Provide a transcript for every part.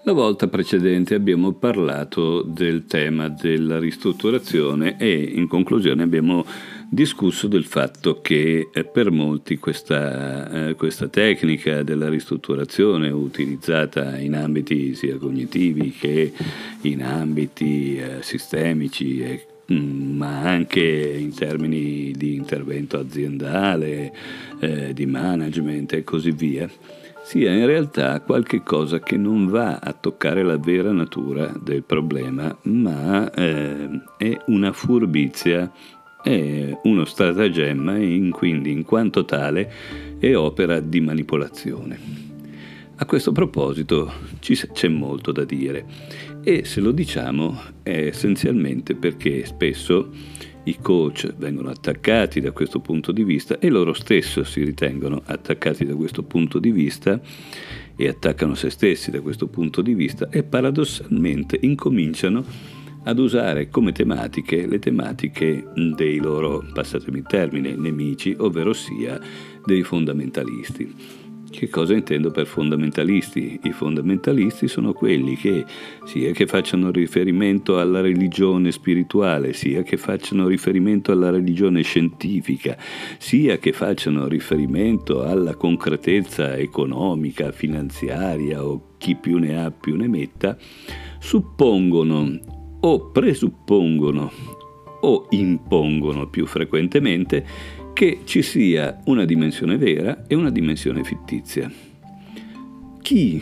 La volta precedente abbiamo parlato del tema della ristrutturazione e in conclusione abbiamo discusso del fatto che per molti questa tecnica della ristrutturazione utilizzata in ambiti sia cognitivi che in ambiti sistemici ma anche in termini di intervento aziendale, di management e così via, sia in realtà qualche cosa che non va a toccare la vera natura del problema, ma è una furbizia, è uno stratagemma e quindi in quanto tale è opera di manipolazione. A questo proposito c'è molto da dire e se lo diciamo è essenzialmente perché spesso i coach vengono attaccati da questo punto di vista e loro stessi si ritengono attaccati da questo punto di vista e attaccano se stessi da questo punto di vista e paradossalmente incominciano ad usare come tematiche le tematiche dei loro, passatemi il termine, nemici, ovvero sia dei fondamentalisti. Che cosa intendo per fondamentalisti? I fondamentalisti sono quelli che, sia che facciano riferimento alla religione spirituale, sia che facciano riferimento alla religione scientifica, sia che facciano riferimento alla concretezza economica, finanziaria o chi più ne ha più ne metta, suppongono o presuppongono o impongono più frequentemente che ci sia una dimensione vera e una dimensione fittizia. Chi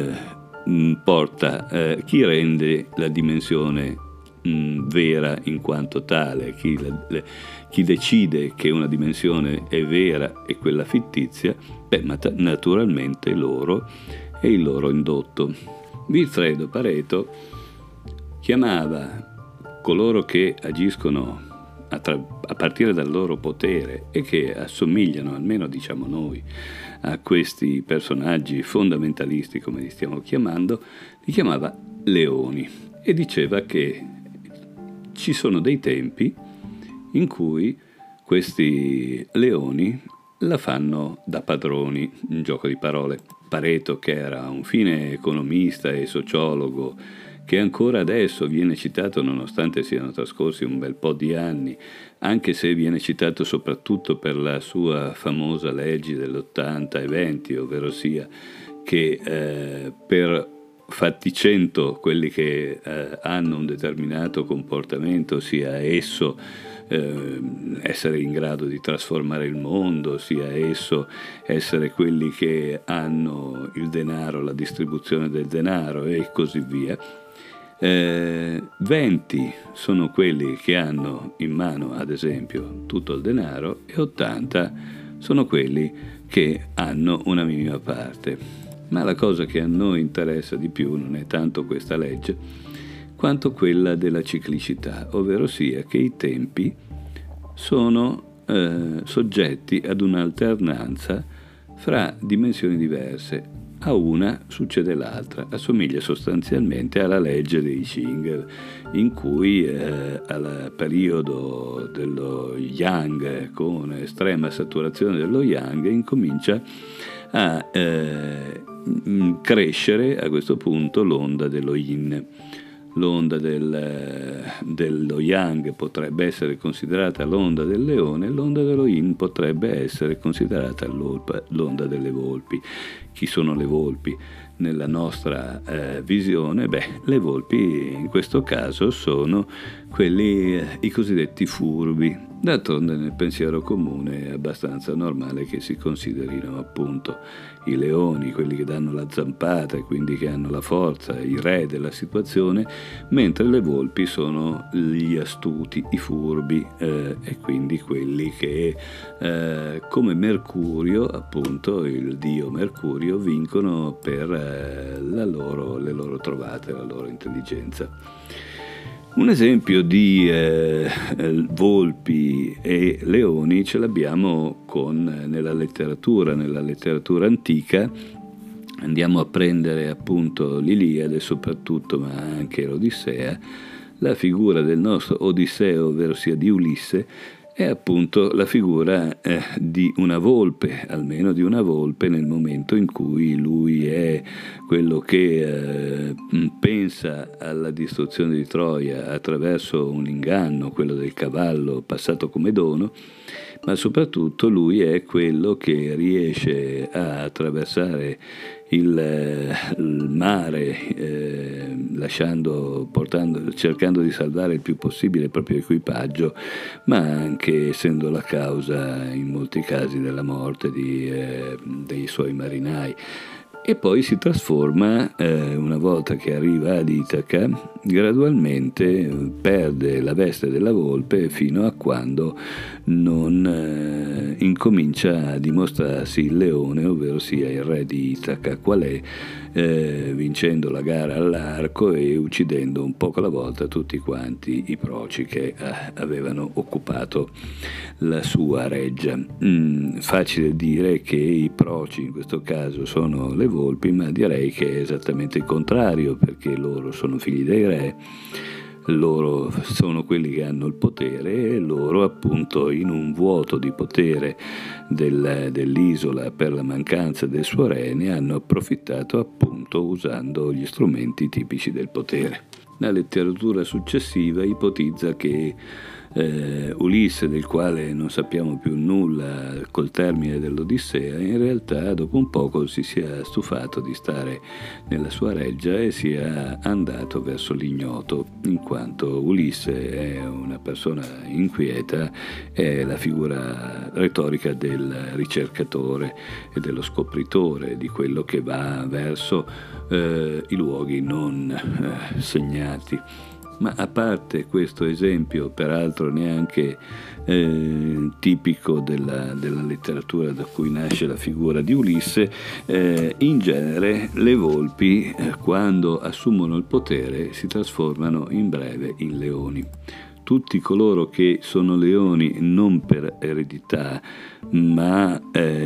chi rende la dimensione vera in quanto tale, chi decide che una dimensione è vera e quella fittizia? Naturalmente loro e il loro indotto. Vilfredo Pareto chiamava coloro che agiscono a partire dal loro potere e che assomigliano, almeno diciamo noi, a questi personaggi fondamentalisti, come li stiamo chiamando, li chiamava leoni e diceva che ci sono dei tempi in cui questi leoni la fanno da padroni, un gioco di parole. Pareto, che era un fine economista e sociologo, che ancora adesso viene citato nonostante siano trascorsi un bel po' di anni, anche se viene citato soprattutto per la sua famosa legge dell'80 e 20, ovvero sia che per fatti 100 quelli che hanno un determinato comportamento, sia esso essere in grado di trasformare il mondo, sia esso essere quelli che hanno il denaro, la distribuzione del denaro e così via. 20 sono quelli che hanno in mano, ad esempio, tutto il denaro e 80 sono quelli che hanno una minima parte. Ma la cosa che a noi interessa di più non è tanto questa legge, quanto quella della ciclicità, ovvero sia che i tempi sono soggetti ad un'alternanza fra dimensioni diverse. A una succede l'altra, assomiglia sostanzialmente alla legge dei Qing, in cui al periodo dello Yang, con estrema saturazione dello Yang, incomincia a crescere a questo punto l'onda dello Yin. L'onda dello Yang potrebbe essere considerata l'onda del leone, l'onda dello Yin potrebbe essere considerata l'onda delle volpi. Chi sono le volpi? Nella nostra visione, le volpi in questo caso sono quelli, i cosiddetti furbi. D'altronde nel pensiero comune è abbastanza normale che si considerino appunto i leoni, quelli che danno la zampata e quindi che hanno la forza, i re della situazione, mentre le volpi sono gli astuti, i furbi e quindi quelli che come Mercurio, appunto il dio Mercurio, vincono per le loro trovate, la loro intelligenza. Un esempio di volpi e leoni ce l'abbiamo nella letteratura antica. Andiamo a prendere appunto l'Iliade soprattutto, ma anche l'Odissea. La figura del nostro Odisseo, ovvero sia di Ulisse, è appunto la figura di una volpe, almeno di una volpe, nel momento in cui lui è quello che pensa alla distruzione di Troia attraverso un inganno, quello del cavallo passato come dono, ma soprattutto lui è quello che riesce a attraversare il mare, cercando di salvare il più possibile il proprio equipaggio, ma anche essendo la causa in molti casi della morte dei suoi marinai. E poi si trasforma, una volta che arriva ad Itaca, gradualmente perde la veste della volpe fino a quando non incomincia a dimostrarsi il leone, ovvero sia il re di Itaca, qual è, vincendo la gara all'arco e uccidendo un poco alla volta tutti quanti i proci che avevano occupato la sua reggia. Facile dire che i proci in questo caso sono le volpi, ma direi che è esattamente il contrario, perché loro sono figli dei re, loro sono quelli che hanno il potere e loro appunto in un vuoto di potere dell'isola per la mancanza del suo re ne hanno approfittato appunto usando gli strumenti tipici del potere. La letteratura successiva ipotizza che Ulisse, del quale non sappiamo più nulla col termine dell'Odissea, in realtà dopo un poco si sia stufato di stare nella sua reggia e sia andato verso l'ignoto, in quanto Ulisse è una persona inquieta, è la figura retorica del ricercatore e dello scopritore di quello che va verso i luoghi non segnati. Ma a parte questo esempio, peraltro neanche tipico della letteratura da cui nasce la figura di Ulisse, in genere le volpi, quando assumono il potere, si trasformano in breve in leoni. Tutti coloro che sono leoni non per eredità, ma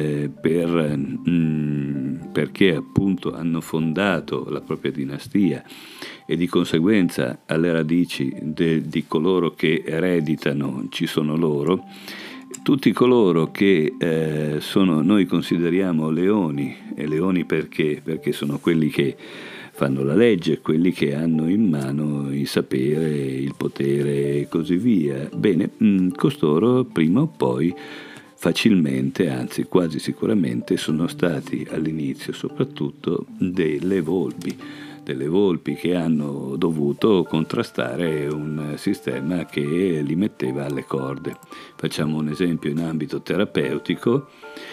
perché appunto hanno fondato la propria dinastia e di conseguenza alle radici di coloro che ereditano ci sono loro. Tutti coloro che noi consideriamo leoni, e leoni perché sono quelli che fanno la legge, quelli che hanno in mano il sapere, il potere e così via. Bene, costoro prima o poi facilmente, anzi quasi sicuramente, sono stati all'inizio soprattutto delle volpi che hanno dovuto contrastare un sistema che li metteva alle corde. Facciamo un esempio in ambito terapeutico.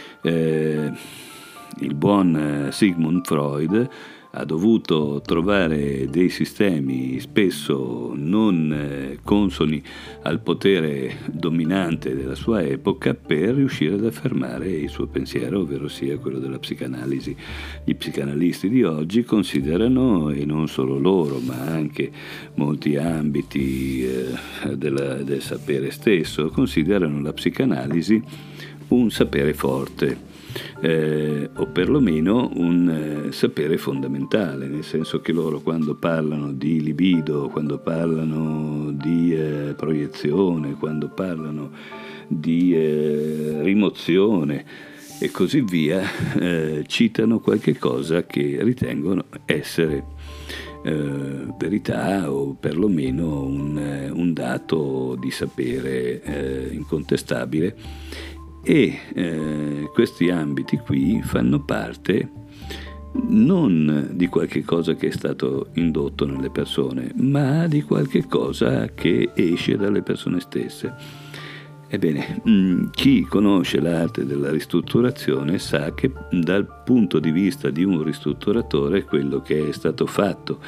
Il buon Sigmund Freud ha dovuto trovare dei sistemi spesso non consoni al potere dominante della sua epoca per riuscire ad affermare il suo pensiero, ovvero sia quello della psicanalisi. Gli psicanalisti di oggi considerano, e non solo loro, ma anche molti ambiti del sapere stesso, considerano la psicanalisi un sapere forte. O perlomeno un sapere fondamentale, nel senso che loro quando parlano di libido, quando parlano di proiezione, quando parlano di rimozione e così via, citano qualche cosa che ritengono essere verità o perlomeno un dato di sapere incontestabile. E questi ambiti qui fanno parte non di qualche cosa che è stato indotto nelle persone, ma di qualche cosa che esce dalle persone stesse. Ebbene, chi conosce l'arte della ristrutturazione sa che dal punto di vista di un ristrutturatore quello che è stato fatto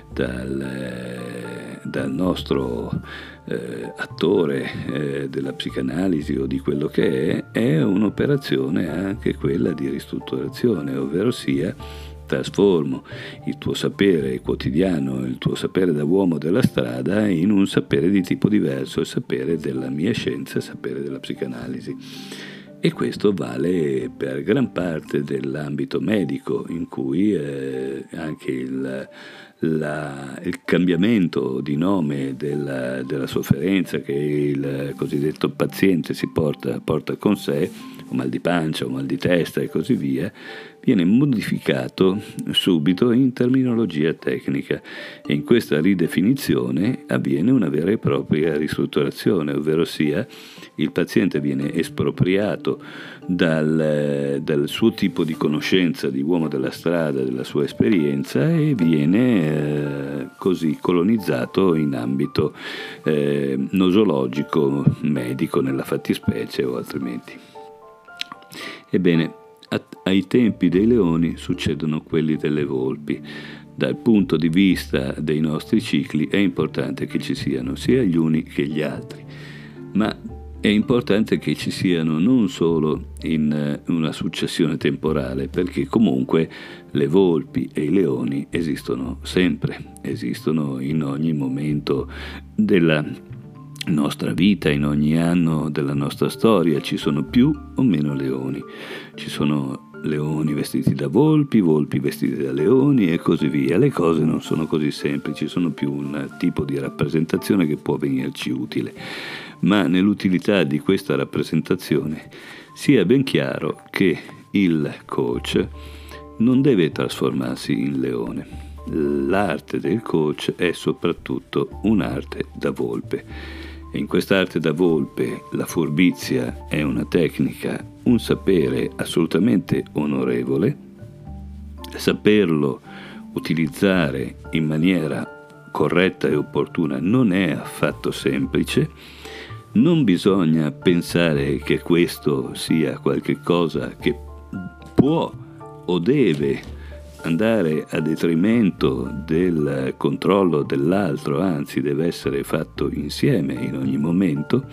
dal nostro attore della psicanalisi o di quello che è un'operazione anche quella di ristrutturazione, ovvero sia trasformo il tuo sapere quotidiano, il tuo sapere da uomo della strada in un sapere di tipo diverso, il sapere della mia scienza, il sapere della psicanalisi. E questo vale per gran parte dell'ambito medico, in cui anche il cambiamento di nome della sofferenza che il cosiddetto paziente si porta con sé, o mal di pancia o mal di testa e così via, viene modificato subito in terminologia tecnica, e in questa ridefinizione avviene una vera e propria ristrutturazione, ovvero sia il paziente viene espropriato dal suo tipo di conoscenza di uomo della strada, della sua esperienza, e viene così colonizzato in ambito nosologico, medico nella fattispecie o altrimenti. Ebbene, ai tempi dei leoni succedono quelli delle volpi. Dal punto di vista dei nostri cicli è importante che ci siano sia gli uni che gli altri, ma è importante che ci siano non solo in una successione temporale, perché comunque le volpi e i leoni esistono sempre, esistono in ogni momento della nostra vita, in ogni anno della nostra storia. Ci sono più o meno leoni, ci sono leoni vestiti da volpi, volpi vestiti da leoni e così via. Le cose non sono così semplici, sono più un tipo di rappresentazione che può venirci utile, ma nell'utilità di questa rappresentazione sia ben chiaro che il coach non deve trasformarsi in leone. L'arte del coach è soprattutto un'arte da volpe, e in quest'arte da volpe la furbizia è una tecnica, un sapere assolutamente onorevole. Saperlo utilizzare in maniera corretta e opportuna non è affatto semplice. Non bisogna pensare che questo sia qualche cosa che può o deve andare a detrimento del controllo dell'altro, anzi deve essere fatto insieme in ogni momento.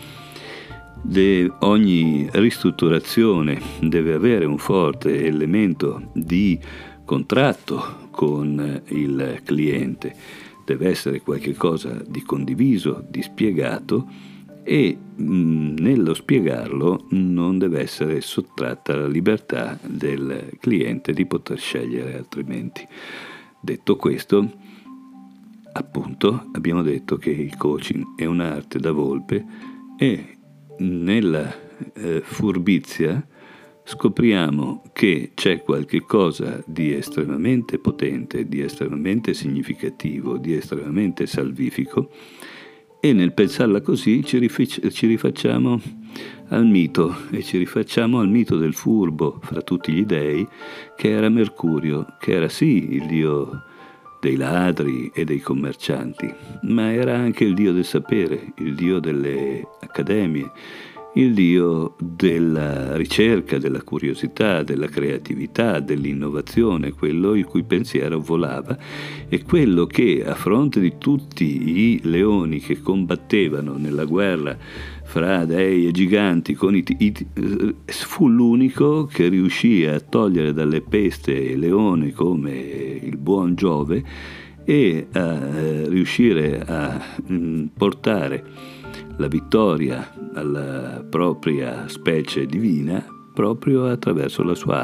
Ogni ristrutturazione deve avere un forte elemento di contratto con il cliente, deve essere qualche cosa di condiviso, di spiegato, e nello spiegarlo non deve essere sottratta la libertà del cliente di poter scegliere altrimenti. Detto questo, appunto, abbiamo detto che il coaching è un'arte da volpe, e nella furbizia scopriamo che c'è qualche cosa di estremamente potente, di estremamente significativo, di estremamente salvifico, e nel pensarla così ci rifacciamo al mito, e ci rifacciamo al mito del furbo fra tutti gli dei, che era Mercurio, che era sì il dio dei ladri e dei commercianti, ma era anche il dio del sapere, il dio delle accademie, il dio della ricerca, della curiosità, della creatività, dell'innovazione, quello il cui pensiero volava, e quello che, a fronte di tutti i leoni che combattevano nella guerra fra dei e giganti, fu l'unico che riuscì a togliere dalle peste il leone come il buon Giove, e a riuscire a portare la vittoria alla propria specie divina proprio attraverso la sua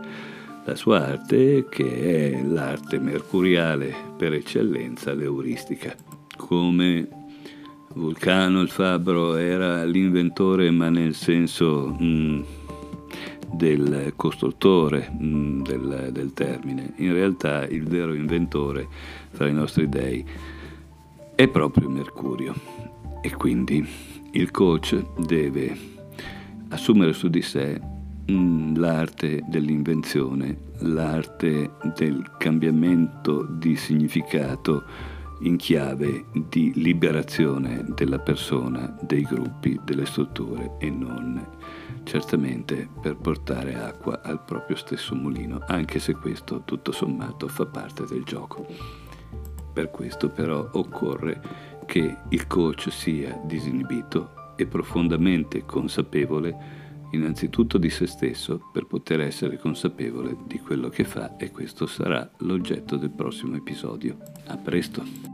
arte che è l'arte mercuriale per eccellenza, l'euristica. Come Vulcano il fabbro era l'inventore, ma nel senso del costruttore del termine, in realtà il vero inventore fra i nostri dei è proprio Mercurio. E quindi il coach deve assumere su di sé l'arte dell'invenzione, l'arte del cambiamento di significato in chiave di liberazione della persona, dei gruppi, delle strutture, e non certamente per portare acqua al proprio stesso mulino, anche se questo tutto sommato fa parte del gioco. Per questo però occorre che il coach sia disinibito e profondamente consapevole innanzitutto di se stesso, per poter essere consapevole di quello che fa, e questo sarà l'oggetto del prossimo episodio. A presto!